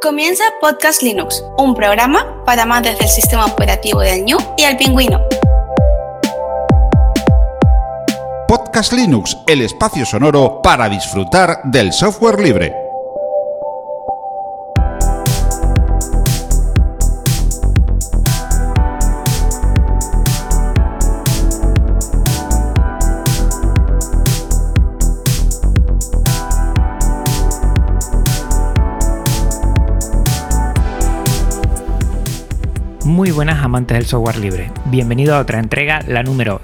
Comienza Podcast Linux, un programa para amantes del sistema operativo del Ñu y el Pingüino. Podcast Linux, el espacio sonoro para disfrutar del software libre. Muy buenas amantes del software libre, bienvenido a otra entrega, la número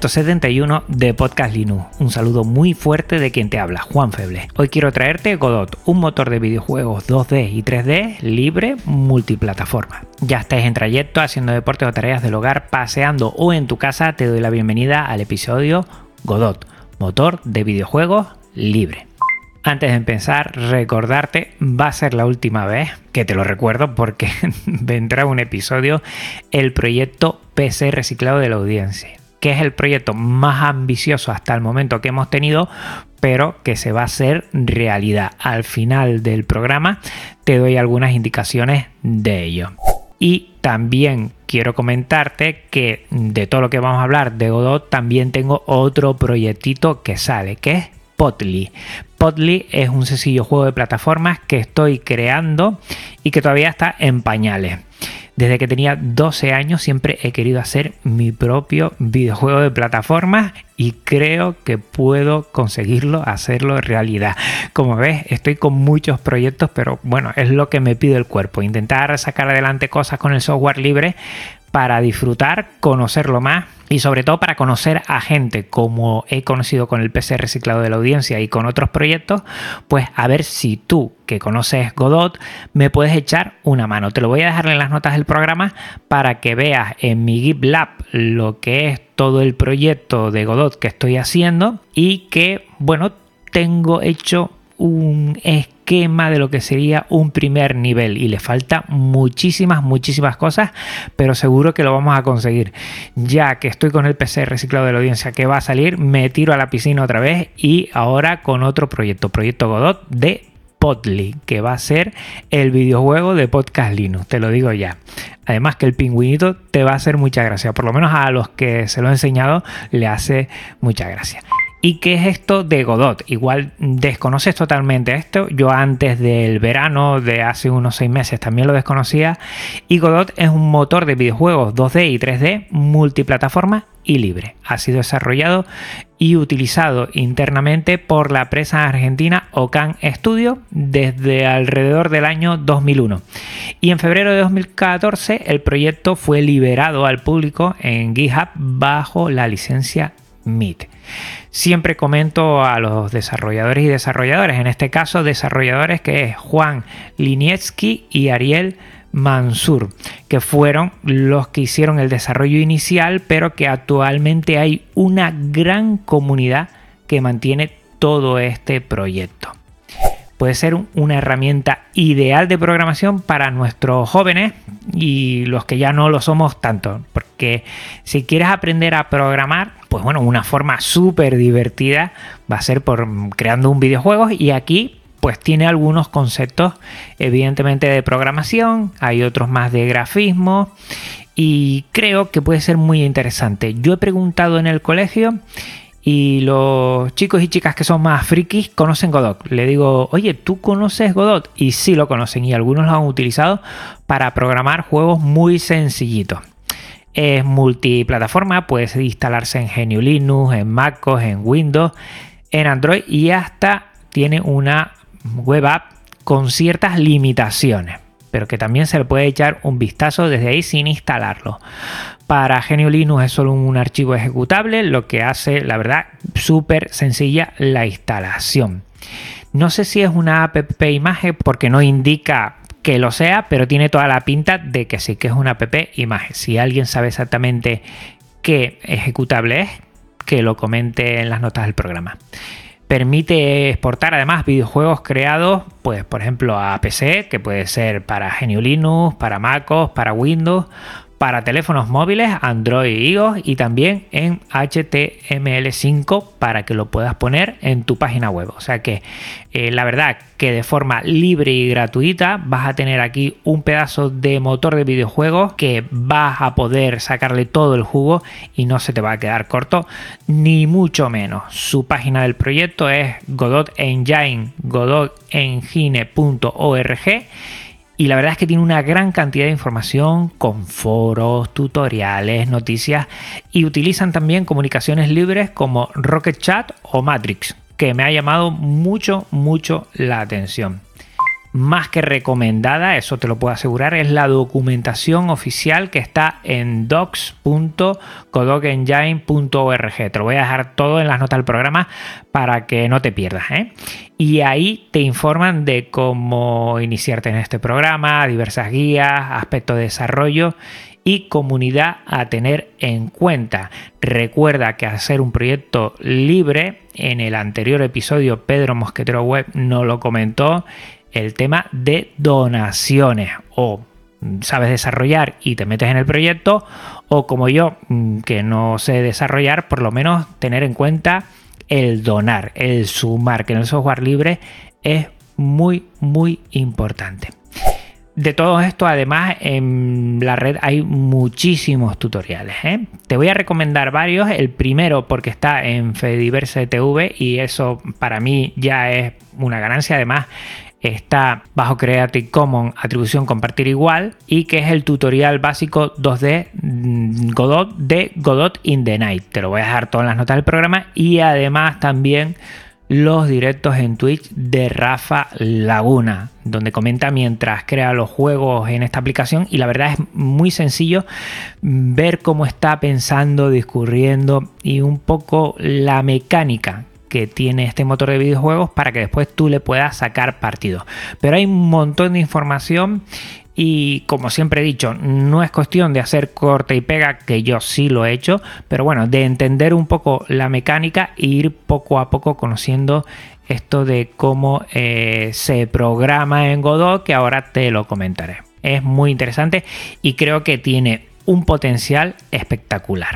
171 de Podcast Linux. Un saludo muy fuerte de quien te habla, Juan Feble. Hoy quiero traerte Godot, un motor de videojuegos 2D y 3D libre multiplataforma. Ya estés en trayecto, haciendo deporte o tareas del hogar, paseando o en tu casa, te doy la bienvenida al episodio Godot, motor de videojuegos libre. Antes de empezar, recordarte, va a ser la última vez que te lo recuerdo porque vendrá un episodio, el proyecto PC Reciclado de la Audiencia, que es el proyecto más ambicioso hasta el momento que hemos tenido, pero que se va a hacer realidad. Al final del programa te doy algunas indicaciones de ello. Y también quiero comentarte que de todo lo que vamos a hablar de Godot, también tengo otro proyectito que sale, que es Potli. Potli es un sencillo juego de plataformas que estoy creando y que todavía está en pañales. Desde que tenía 12 años siempre he querido hacer mi propio videojuego de plataformas y creo que puedo conseguirlo, hacerlo realidad. Como ves, estoy con muchos proyectos, pero bueno, es lo que me pide el cuerpo. Intentar sacar adelante cosas con el software libre para disfrutar, conocerlo más y sobre todo para conocer a gente como he conocido con el PC Reciclado de la Audiencia y con otros proyectos, pues a ver si tú que conoces Godot me puedes echar una mano. Te lo voy a dejar en las notas del programa para que veas en mi GitLab lo que es todo el proyecto de Godot que estoy haciendo y que, bueno, tengo hecho un esquema de lo que sería un primer nivel y le falta muchísimas cosas, pero seguro que lo vamos a conseguir. Ya que estoy con el PC Reciclado de la Audiencia que va a salir, me tiro a la piscina otra vez y ahora con otro proyecto Godot de Potli, que va a ser el videojuego de Podcast Linux, te lo digo ya. Además que el pingüinito te va a hacer mucha gracia, por lo menos a los que se lo he enseñado le hace mucha gracia. ¿Y qué es esto de Godot? Igual desconoces totalmente esto. Yo antes del verano de hace unos 6 meses también lo desconocía. Y Godot es un motor de videojuegos 2D y 3D multiplataforma y libre. Ha sido desarrollado y utilizado internamente por la empresa argentina Ocan Studio desde alrededor del año 2001. Y en febrero de 2014 el proyecto fue liberado al público en GitHub bajo la licencia MIT. Siempre comento a los desarrolladores y desarrolladoras, en este caso desarrolladores que es Juan Linietsky y Ariel Mansur, que fueron los que hicieron el desarrollo inicial, pero que actualmente hay una gran comunidad que mantiene todo este proyecto. Puede ser una herramienta ideal de programación para nuestros jóvenes y los que ya no lo somos tanto, porque si quieres aprender a programar, pues bueno, una forma súper divertida va a ser por creando un videojuego y aquí pues tiene algunos conceptos evidentemente de programación, hay otros más de grafismo y creo que puede ser muy interesante. Yo he preguntado en el colegio y los chicos y chicas que son más frikis conocen Godot. Le digo, oye, ¿tú conoces Godot? Y sí lo conocen y algunos lo han utilizado para programar juegos muy sencillitos. Es multiplataforma, puede instalarse en GNU Linux, en MacOS, en Windows, en Android y hasta tiene una web app con ciertas limitaciones, pero que también se le puede echar un vistazo desde ahí sin instalarlo. Para GNU Linux es solo un archivo ejecutable, lo que hace, la verdad, súper sencilla la instalación. No sé si es una app imagen porque no indica que lo sea, pero tiene toda la pinta de que sí que es una app imagen. Si alguien sabe exactamente qué ejecutable es, que lo comente en las notas del programa. Permite exportar además videojuegos creados, pues por ejemplo a PC, que puede ser para GNU Linux, para MacOS, para Windows, para teléfonos móviles, Android y iOS, y también en HTML5 para que lo puedas poner en tu página web. O sea que la verdad que de forma libre y gratuita vas a tener aquí un pedazo de motor de videojuegos que vas a poder sacarle todo el jugo y no se te va a quedar corto, ni mucho menos. Su página del proyecto es Godot Engine, godotengine.org. Y la verdad es que tiene una gran cantidad de información con foros, tutoriales, noticias, y utilizan también comunicaciones libres como Rocket Chat o Matrix, que me ha llamado mucho la atención. Más que recomendada, eso te lo puedo asegurar, es la documentación oficial que está en docs.godotengine.org. Te lo voy a dejar todo en las notas del programa para que no te pierdas, Y ahí te informan de cómo iniciarte en este programa, diversas guías, aspectos de desarrollo y comunidad a tener en cuenta. Recuerda que hacer un proyecto libre, en el anterior episodio Pedro Mosquetero Web nos lo comentó, el tema de donaciones, o sabes desarrollar y te metes en el proyecto, o como yo, que no sé desarrollar, por lo menos tener en cuenta el donar, el sumar, que en el software libre es muy importante. De todo esto, además, en la red hay muchísimos tutoriales, Te voy a recomendar varios. El primero porque está en Fediverse TV y eso para mí ya es una ganancia. Además, está bajo Creative Commons, atribución compartir igual, y que es el tutorial básico 2D Godot de Godot in the Night. Te lo voy a dejar todo en las notas del programa, y además también los directos en Twitch de Rafa Laguna, donde comenta mientras crea los juegos en esta aplicación, y la verdad es muy sencillo ver cómo está pensando, discurriendo y un poco la mecánica que tiene este motor de videojuegos para que después tú le puedas sacar partido. Pero hay un montón de información y, como siempre he dicho, no es cuestión de hacer corte y pega, que yo sí lo he hecho, pero bueno, de entender un poco la mecánica e ir poco a poco conociendo esto de cómo se programa en Godot, que ahora te lo comentaré. Es muy interesante y creo que tiene un potencial espectacular.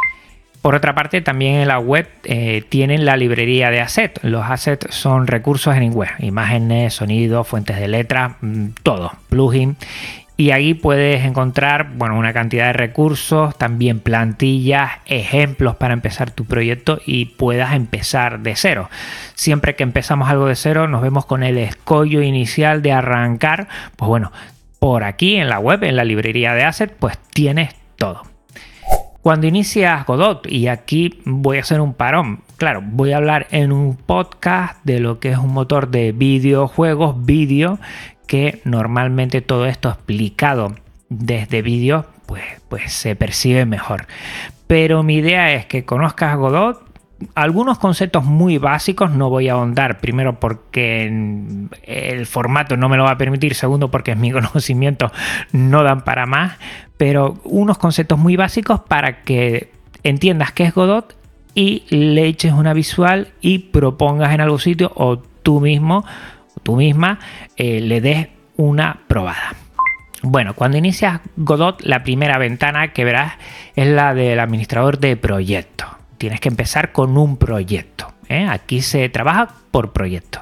Por otra parte, también en la web tienen la librería de assets. Los assets son recursos en web, imágenes, sonidos, fuentes de letras, todo, plugin. Y ahí puedes encontrar, una cantidad de recursos, también plantillas, ejemplos para empezar tu proyecto y puedas empezar de cero. Siempre que empezamos algo de cero, nos vemos con el escollo inicial de arrancar. Pues bueno, por aquí en la web, en la librería de assets, pues tienes todo. Cuando inicias Godot, y aquí voy a hacer un parón, claro, voy a hablar en un podcast de lo que es un motor de videojuegos, vídeo, que normalmente todo esto explicado desde vídeo, pues se percibe mejor. Pero mi idea es que conozcas Godot, algunos conceptos muy básicos, no voy a ahondar, primero porque el formato no me lo va a permitir, segundo porque mis conocimientos no dan para más, pero unos conceptos muy básicos para que entiendas qué es Godot y le eches una visual y propongas en algún sitio, o tú mismo o tú misma le des una probada. Bueno, cuando inicias Godot, la primera ventana que verás es la del administrador de proyectos. Tienes que empezar con un proyecto, Aquí se trabaja por proyecto.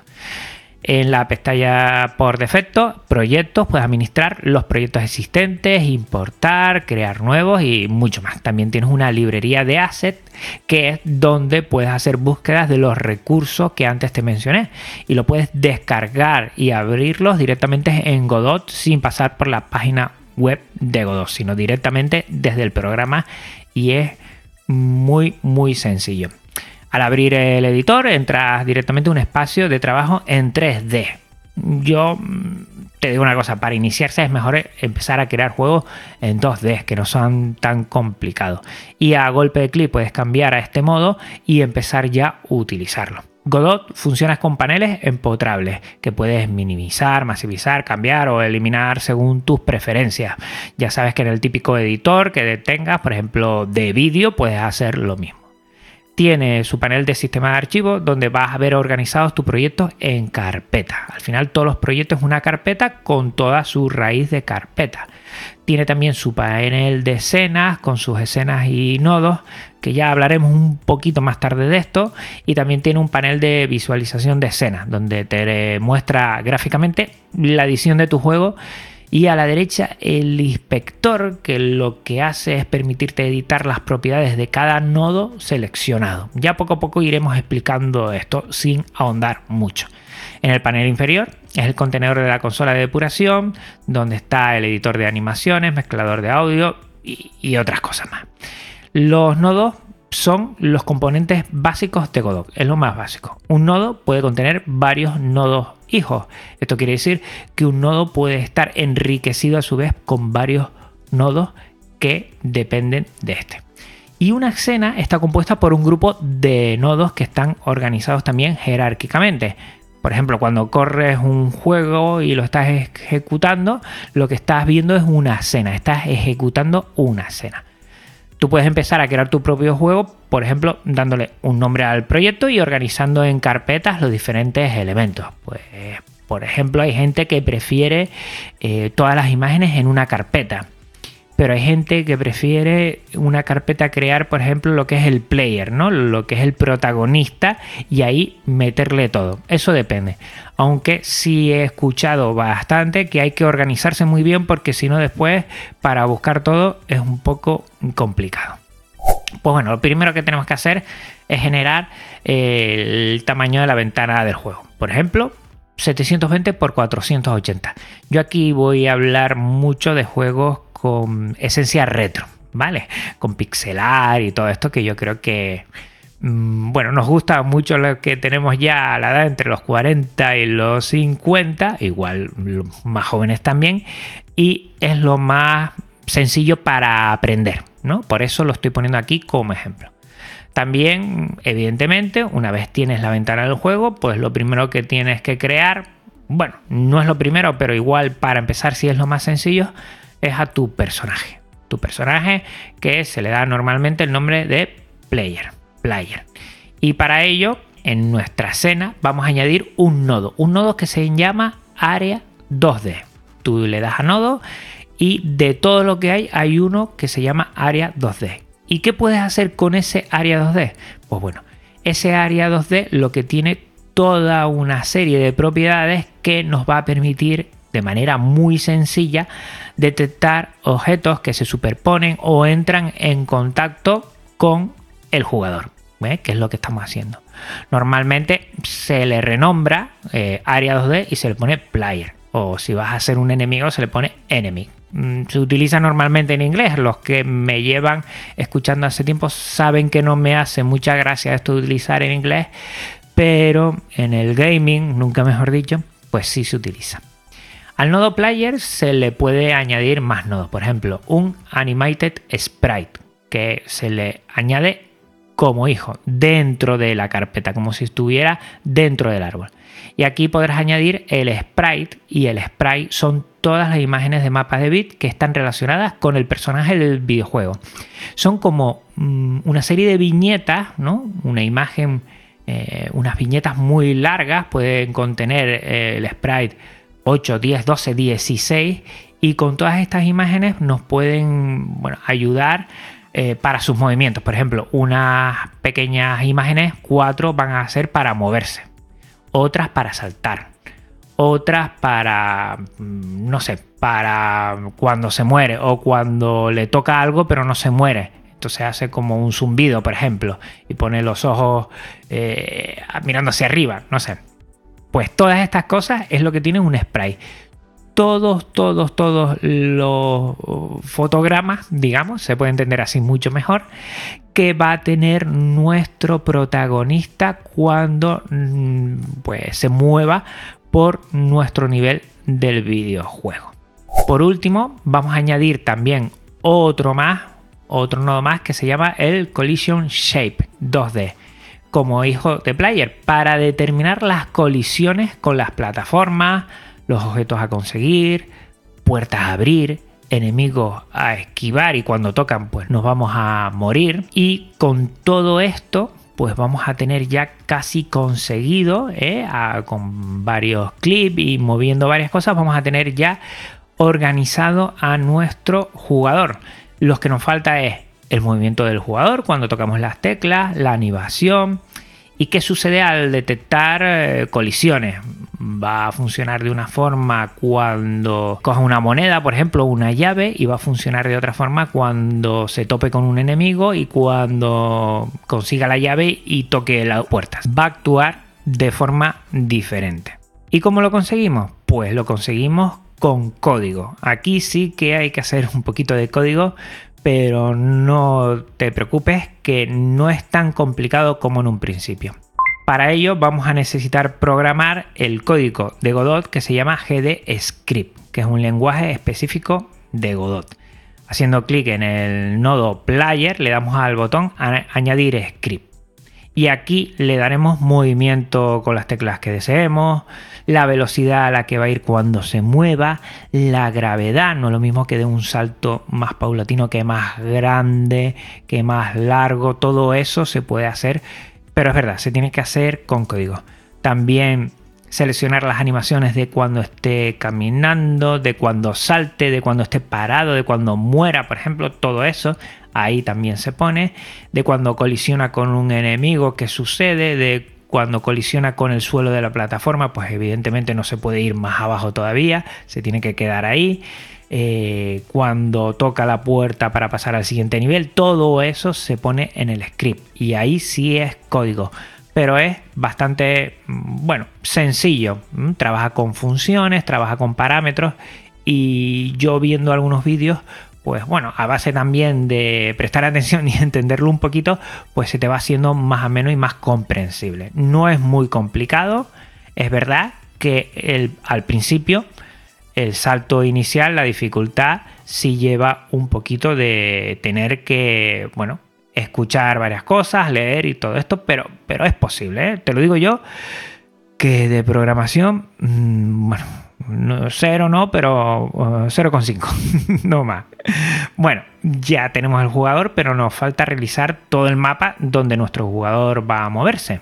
En la pestaña por defecto, proyectos, puedes administrar los proyectos existentes, importar, crear nuevos y mucho más. También tienes una librería de assets, que es donde puedes hacer búsquedas de los recursos que antes te mencioné, y lo puedes descargar y abrirlos directamente en Godot sin pasar por la página web de Godot, sino directamente desde el programa, y es muy sencillo. Al abrir el editor entras directamente a un espacio de trabajo en 3D. Yo te digo una cosa, para iniciarse es mejor empezar a crear juegos en 2D, que no son tan complicados, y a golpe de clic puedes cambiar a este modo y empezar ya a utilizarlo. Godot funciona con paneles empotrables que puedes minimizar, masivizar, cambiar o eliminar según tus preferencias. Ya sabes que en el típico editor que tengas, por ejemplo de vídeo, puedes hacer lo mismo. Tiene su panel de sistema de archivos donde vas a ver organizados tus proyectos en carpeta. Al final todos los proyectos es una carpeta con toda su raíz de carpeta. Tiene también su panel de escenas con sus escenas y nodos, que ya hablaremos un poquito más tarde de esto. Y también tiene un panel de visualización de escenas donde te muestra gráficamente la edición de tu juego. Y a la derecha el inspector, que lo que hace es permitirte editar las propiedades de cada nodo seleccionado. Ya poco a poco iremos explicando esto sin ahondar mucho. En el panel inferior es el contenedor de la consola de depuración, donde está el editor de animaciones, mezclador de audio y otras cosas más. Los nodos son los componentes básicos de Godot, es lo más básico. Un nodo puede contener varios nodos hijos. Esto quiere decir que un nodo puede estar enriquecido a su vez con varios nodos que dependen de este. Y una escena está compuesta por un grupo de nodos que están organizados también jerárquicamente. Por ejemplo, cuando corres un juego y lo estás ejecutando, lo que estás viendo es una escena, estás ejecutando una escena. Tú puedes empezar a crear tu propio juego, por ejemplo, dándole un nombre al proyecto y organizando en carpetas los diferentes elementos. Pues, por ejemplo, hay gente que prefiere todas las imágenes en una carpeta. Pero hay gente que prefiere una carpeta crear, por ejemplo, lo que es el player, ¿no? Lo que es el protagonista, y ahí meterle todo. Eso depende. Aunque sí he escuchado bastante que hay que organizarse muy bien, porque si no después para buscar todo es un poco complicado. Pues bueno, lo primero que tenemos que hacer es generar el tamaño de la ventana del juego. Por ejemplo, 720 x 480. Yo aquí voy a hablar mucho de juegos con esencia retro, ¿vale? Con pixelar y todo esto, que yo creo que bueno, nos gusta mucho lo que tenemos ya a la edad entre los 40 y los 50, igual los más jóvenes también, y es lo más sencillo para aprender, ¿no? Por eso lo estoy poniendo aquí como ejemplo. También, evidentemente, una vez tienes la ventana del juego, pues lo primero que tienes que crear, bueno, no es lo primero, pero igual para empezar, si es lo más sencillo, es a tu personaje. Tu personaje, que se le da normalmente el nombre de player. Y para ello, en nuestra escena, vamos a añadir un nodo que se llama área 2D. Tú le das a nodo y de todo lo que hay uno que se llama área 2D. ¿Y qué puedes hacer con ese área 2D? Pues bueno, ese área 2D lo que tiene toda una serie de propiedades que nos va a permitir de manera muy sencilla detectar objetos que se superponen o entran en contacto con el jugador, que es lo que estamos haciendo. Normalmente se le renombra área 2D y se le pone player, o si vas a hacer un enemigo se le pone enemy. Se utiliza normalmente en inglés. Los que me llevan escuchando hace tiempo saben que no me hace mucha gracia esto de utilizar en inglés, pero en el gaming, nunca mejor dicho, pues sí se utiliza. Al nodo player se le puede añadir más nodos, por ejemplo, un animated sprite, que se le añade como hijo dentro de la carpeta, como si estuviera dentro del árbol. Y aquí podrás añadir el sprite, y el sprite son todas las imágenes de mapas de bit que están relacionadas con el personaje del videojuego. Son como una serie de viñetas, ¿no? Una imagen, unas viñetas muy largas, pueden contener el sprite 8, 10, 12, 16, y con todas estas imágenes nos pueden, bueno, ayudar para sus movimientos. Por ejemplo, unas pequeñas imágenes, 4 van a ser para moverse, otras para saltar, otras para, no sé, para cuando se muere o cuando le toca algo pero no se muere. Entonces hace como un zumbido, por ejemplo, y pone los ojos mirando hacia arriba, no sé. Pues todas estas cosas es lo que tiene un sprite. Todos los fotogramas, digamos, se puede entender así mucho mejor, que va a tener nuestro protagonista cuando pues se mueva por nuestro nivel del videojuego. Por último, vamos a añadir también otro nodo más que se llama el Collision Shape 2D, como hijo de player, para determinar las colisiones con las plataformas, los objetos a conseguir, puertas a abrir, enemigos a esquivar, y cuando tocan pues nos vamos a morir. Y con todo esto pues vamos a tener ya casi conseguido, con varios clips y moviendo varias cosas, vamos a tener ya organizado a nuestro jugador. Lo que nos falta es el movimiento del jugador cuando tocamos las teclas, la animación y qué sucede al detectar colisiones. Va a funcionar de una forma cuando coja una moneda, por ejemplo, una llave, y va a funcionar de otra forma cuando se tope con un enemigo y cuando consiga la llave y toque las puertas. Va a actuar de forma diferente. ¿Y cómo lo conseguimos? Pues lo conseguimos con código. Aquí sí que hay que hacer un poquito de código, pero no te preocupes que no es tan complicado como en un principio. Para ello vamos a necesitar programar el código de Godot que se llama GDScript, que es un lenguaje específico de Godot. Haciendo clic en el nodo Player le damos al botón Añadir script. Y aquí le daremos movimiento con las teclas que deseemos, la velocidad a la que va a ir cuando se mueva, la gravedad, no es lo mismo que de un salto más paulatino que más grande, que más largo, todo eso se puede hacer, pero es verdad, se tiene que hacer con código. También seleccionar las animaciones de cuando esté caminando, de cuando salte, de cuando esté parado, de cuando muera, por ejemplo, todo eso. Ahí también se pone, de cuando colisiona con un enemigo, qué sucede, de cuando colisiona con el suelo de la plataforma, pues evidentemente no se puede ir más abajo todavía, se tiene que quedar ahí. Cuando toca la puerta para pasar al siguiente nivel, todo eso se pone en el script y ahí sí es código, pero es bastante, sencillo. Trabaja con funciones, trabaja con parámetros y yo viendo algunos vídeos, pues a base también de prestar atención y entenderlo un poquito, pues se te va haciendo más ameno y más comprensible. No es muy complicado, es verdad que al principio el salto inicial, la dificultad, sí lleva un poquito de tener que, escuchar varias cosas, leer y todo esto, pero es posible, ¿eh? Te lo digo yo, que de programación, cero no, pero 0,5, no más. Bueno, ya tenemos el jugador, pero nos falta realizar todo el mapa donde nuestro jugador va a moverse.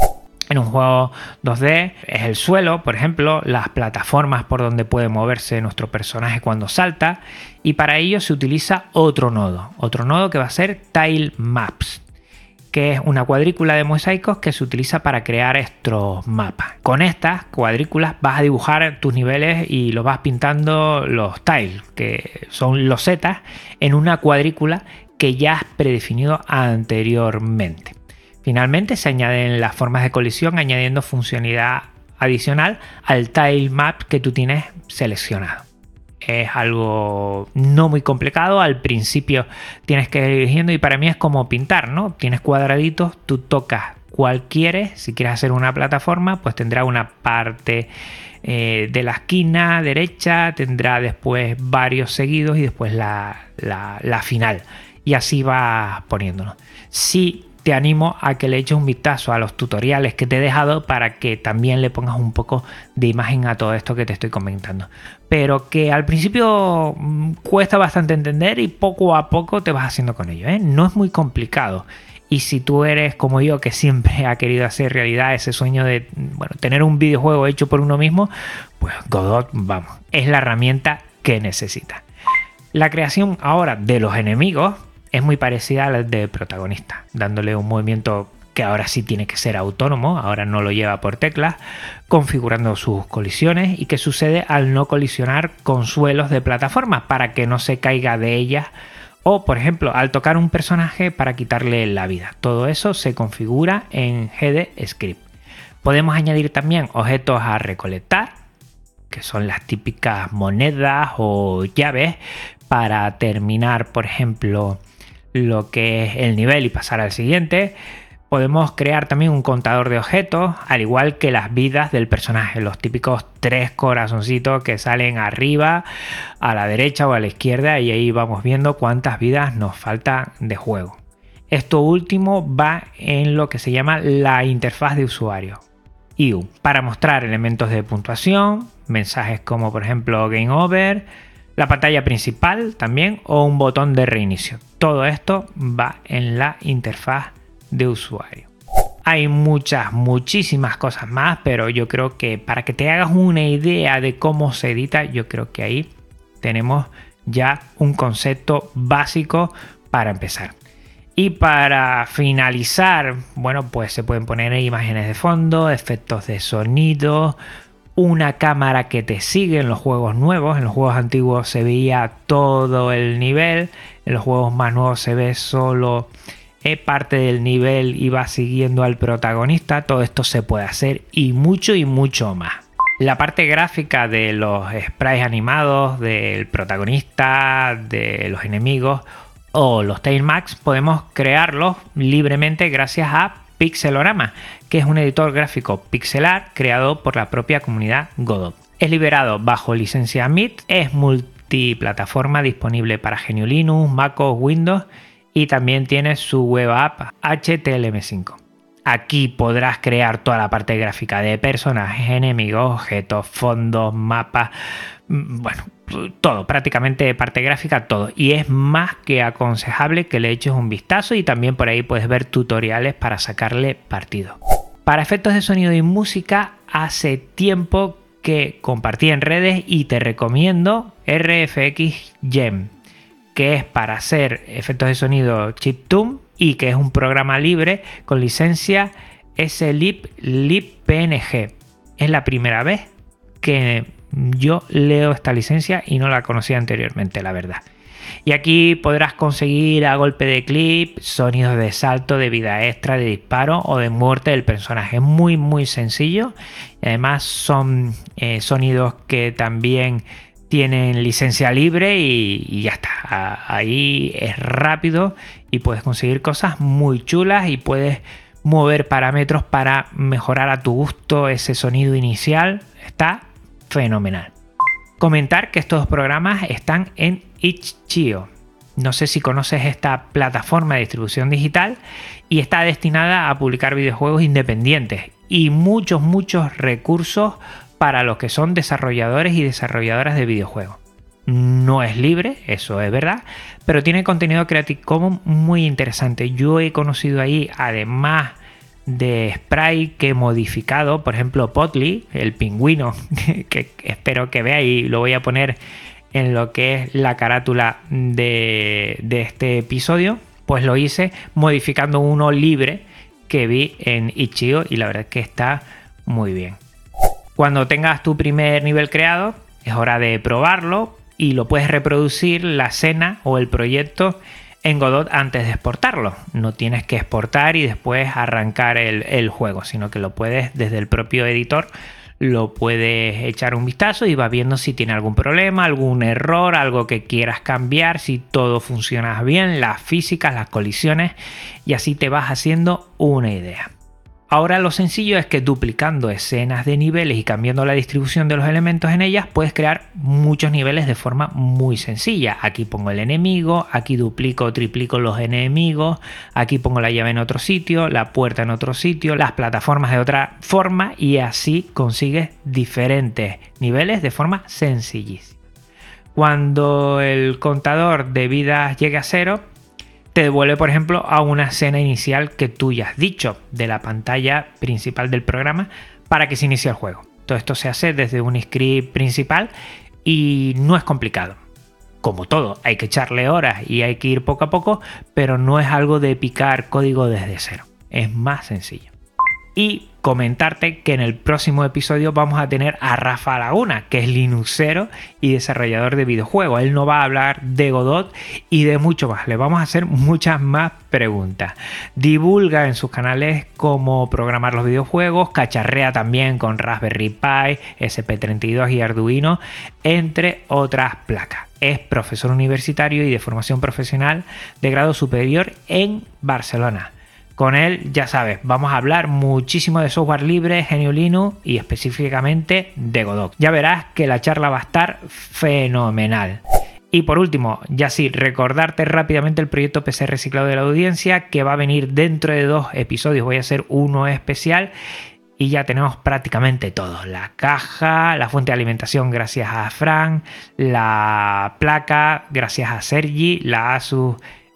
En un juego 2D es el suelo, por ejemplo, las plataformas por donde puede moverse nuestro personaje cuando salta, y para ello se utiliza otro nodo que va a ser Tile Maps, que es una cuadrícula de mosaicos que se utiliza para crear estos mapas. Con estas cuadrículas vas a dibujar tus niveles y los vas pintando los tiles, que son losetas, en una cuadrícula que ya has predefinido anteriormente. Finalmente se añaden las formas de colisión añadiendo funcionalidad adicional al tile map que tú tienes seleccionado. Es algo no muy complicado, al principio tienes que ir eligiendo y para mí es como pintar, ¿no? Tienes cuadraditos, tú tocas cuál quieres, si quieres hacer una plataforma pues tendrá una parte de la esquina derecha, tendrá después varios seguidos y después la final y así vas poniéndolo. Sí, te animo a que le eches un vistazo a los tutoriales que te he dejado para que también le pongas un poco de imagen a todo esto que te estoy comentando. Pero que al principio cuesta bastante entender y poco a poco te vas haciendo con ello, ¿eh? No es muy complicado. Y si tú eres como yo, que siempre ha querido hacer realidad ese sueño de tener un videojuego hecho por uno mismo, pues Godot, es la herramienta que necesitas. La creación ahora de los enemigos es muy parecida a la de protagonista, dándole un movimiento que ahora sí tiene que ser autónomo, ahora no lo lleva por teclas, configurando sus colisiones y qué sucede al no colisionar con suelos de plataforma para que no se caiga de ellas o, por ejemplo, al tocar un personaje para quitarle la vida. Todo eso se configura en GDScript. Podemos añadir también objetos a recolectar, que son las típicas monedas o llaves para terminar, por ejemplo, lo que es el nivel y pasar al siguiente. Podemos crear también un contador de objetos, al igual que las vidas del personaje, los típicos 3 corazoncitos que salen arriba, a la derecha o a la izquierda, y ahí vamos viendo cuántas vidas nos faltan de juego. Esto último va en lo que se llama la interfaz de usuario, IU, para mostrar elementos de puntuación, mensajes como por ejemplo Game Over, la pantalla principal también o un botón de reinicio. Todo esto va en la interfaz de usuario. Hay muchísimas cosas más, pero yo creo que para que te hagas una idea de cómo se edita, yo creo que ahí tenemos ya un concepto básico para empezar. Y para finalizar, bueno, pues se pueden poner imágenes de fondo, efectos de sonido, una cámara que te sigue en los juegos nuevos. En los juegos antiguos se veía todo el nivel, en los juegos más nuevos se ve solo parte del nivel y va siguiendo al protagonista. Todo esto se puede hacer y mucho más. La parte gráfica de los sprites animados del protagonista, de los enemigos o los Tailmax podemos crearlos libremente gracias a Pixelorama, que es un editor gráfico pixelar creado por la propia comunidad Godot. Es liberado bajo licencia MIT, es multiplataforma, disponible para GNU Linux, MacOS, Windows y también tiene su web app HTML5. Aquí podrás crear toda la parte gráfica de personajes, enemigos, objetos, fondos, mapas, bueno, todo, prácticamente parte gráfica, todo. Y es más que aconsejable que le eches un vistazo y también por ahí puedes ver tutoriales para sacarle partido. Para efectos de sonido y música, hace tiempo que compartí en redes y te recomiendo RFX Gem, que es para hacer efectos de sonido chiptune y que es un programa libre con licencia SLib-PNG. Es la primera vez que yo leo esta licencia y no la conocía anteriormente, la verdad. Y aquí podrás conseguir a golpe de clip sonidos de salto, de vida extra, de disparo o de muerte del personaje. Es muy sencillo. Además son sonidos que también tienen licencia libre y ya está. Ahí es rápido y puedes conseguir cosas muy chulas y puedes mover parámetros para mejorar a tu gusto ese sonido inicial. Está fenomenal. Comentar que estos programas están en itch.io. No sé si conoces esta plataforma de distribución digital y está destinada a publicar videojuegos independientes y muchos recursos para los que son desarrolladores y desarrolladoras de videojuegos. No es libre, eso es verdad, pero tiene contenido Creative Commons muy interesante. Yo he conocido ahí, además de spray que he modificado, por ejemplo Potly, el pingüino, que espero que veáis y lo voy a poner en lo que es la carátula de este episodio, pues lo hice modificando uno libre que vi en itch.io y la verdad es que está muy bien. Cuando tengas tu primer nivel creado, es hora de probarlo y lo puedes reproducir la escena o el proyecto en Godot antes de exportarlo. No tienes que exportar y después arrancar el juego, sino que lo puedes desde el propio editor, lo puedes echar un vistazo y vas viendo si tiene algún problema, algún error, algo que quieras cambiar, si todo funciona bien, las físicas, las colisiones, y así te vas haciendo una idea. Ahora lo sencillo es que duplicando escenas de niveles y cambiando la distribución de los elementos en ellas puedes crear muchos niveles de forma muy sencilla. Aquí pongo el enemigo, aquí duplico o triplico los enemigos, aquí pongo la llave en otro sitio, la puerta en otro sitio, las plataformas de otra forma y así consigues diferentes niveles de forma sencillísima. Cuando el contador de vidas llegue a 0, te devuelve, por ejemplo, a una escena inicial que tú ya has dicho de la pantalla principal del programa para que se inicie el juego. Todo esto se hace desde un script principal y no es complicado. Como todo, hay que echarle horas y hay que ir poco a poco, pero no es algo de picar código desde cero. Es más sencillo. Y comentarte que en el próximo episodio vamos a tener a Rafa Laguna, que es linuxero y desarrollador de videojuegos. Él nos va a hablar de Godot y de mucho más. Le vamos a hacer muchas más preguntas. Divulga en sus canales cómo programar los videojuegos, cacharrea también con Raspberry Pi, SP32 y Arduino, entre otras placas. Es profesor universitario y de formación profesional de grado superior en Barcelona. Con él, ya sabes, vamos a hablar muchísimo de software libre, GNU Linux y específicamente de Godot. Ya verás que la charla va a estar fenomenal. Y por último, ya sí, recordarte rápidamente el proyecto PC Reciclado de la Audiencia, que va a venir dentro de 2 episodios. Voy a hacer uno especial y ya tenemos prácticamente todo. La caja, la fuente de alimentación gracias a Fran, la placa gracias a Sergi, la Asus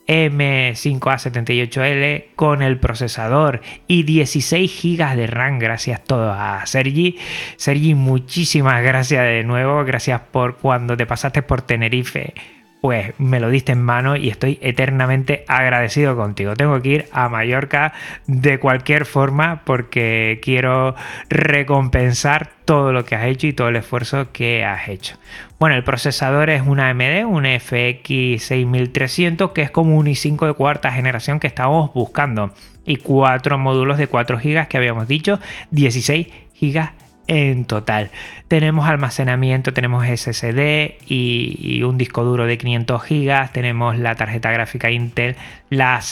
M5A78L con el procesador y 16 GB de RAM, gracias todo a Sergi. Sergi, muchísimas gracias de nuevo, gracias por cuando te pasaste por Tenerife, pues me lo diste en mano y estoy eternamente agradecido contigo. Tengo que ir a Mallorca de cualquier forma porque quiero recompensar todo lo que has hecho y todo el esfuerzo que has hecho. Bueno, el procesador es una AMD, un FX 6300, que es como un i5 de cuarta generación que estábamos buscando. Y 4 módulos de 4 GB que habíamos dicho, 16 GB en total. Tenemos almacenamiento, tenemos SSD y un disco duro de 500 GB. Tenemos la tarjeta gráfica Intel, la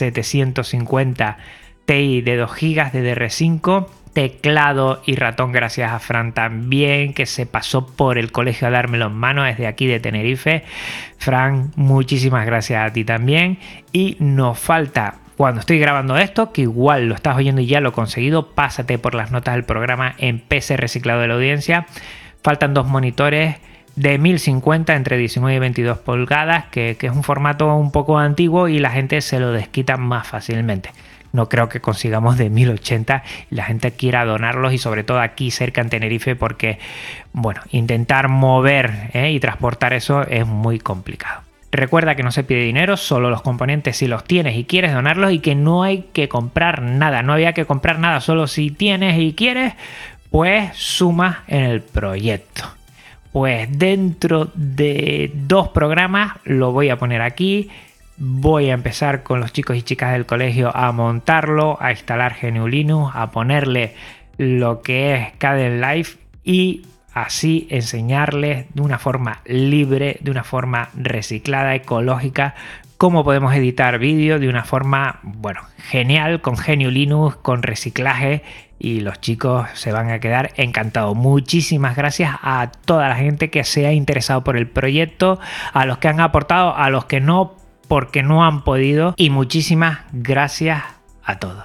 750 Ti de 2 GB de DDR5. Teclado y ratón gracias a Fran también, que se pasó por el colegio a dármelo en mano desde aquí de Tenerife. Fran, muchísimas gracias a ti también. Y nos falta, cuando estoy grabando esto, que igual lo estás oyendo y ya lo he conseguido, pásate por las notas del programa en PC Reciclado de la Audiencia. Faltan 2 monitores de 1050 entre 19 y 22 pulgadas, que es un formato un poco antiguo y la gente se lo desquita más fácilmente. No creo que consigamos de 1080 y la gente quiera donarlos, y sobre todo aquí cerca en Tenerife, porque bueno, intentar mover y transportar eso es muy complicado. Recuerda que no se pide dinero, solo los componentes si los tienes y quieres donarlos, y que no hay que comprar nada, no había que comprar nada, solo si tienes y quieres, pues sumas en el proyecto. Pues dentro de 2 programas lo voy a poner aquí. Voy a empezar con los chicos y chicas del colegio a montarlo, a instalar GNU Linux, a ponerle lo que es Kdenlive y así enseñarles de una forma libre, de una forma reciclada, ecológica, cómo podemos editar vídeo de una forma, bueno, genial, con GNU Linux, con reciclaje, y los chicos se van a quedar encantados. Muchísimas gracias a toda la gente que se ha interesado por el proyecto, a los que han aportado, a los que no, porque no han podido, y muchísimas gracias a todos.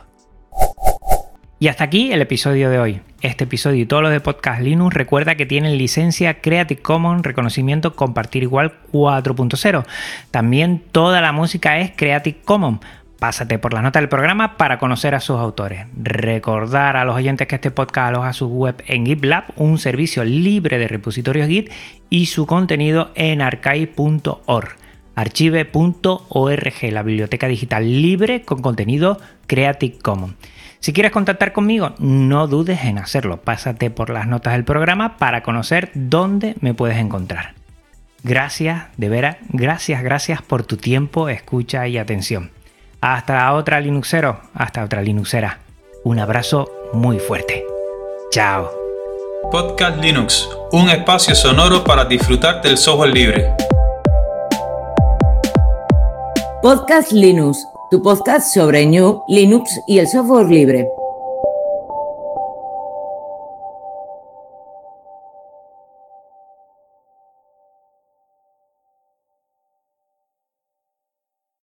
Y hasta aquí el episodio de hoy. Este episodio y todos los de Podcast Linux, recuerda que tienen licencia Creative Commons, reconocimiento Compartir Igual 4.0. También toda la música es Creative Commons. Pásate por las notas del programa para conocer a sus autores. Recordar a los oyentes que este podcast aloja su web en GitLab, un servicio libre de repositorios Git, y su contenido en archive.org. Archive.org, la biblioteca digital libre con contenido Creative Commons. Si quieres contactar conmigo, no dudes en hacerlo. Pásate por las notas del programa para conocer dónde me puedes encontrar. Gracias, de veras, gracias por tu tiempo, escucha y atención. Hasta otra Linuxero, hasta otra Linuxera. Un abrazo muy fuerte. Chao. Podcast Linux, un espacio sonoro para disfrutar del software libre. Podcast Linux, tu podcast sobre GNU, Linux y el software libre.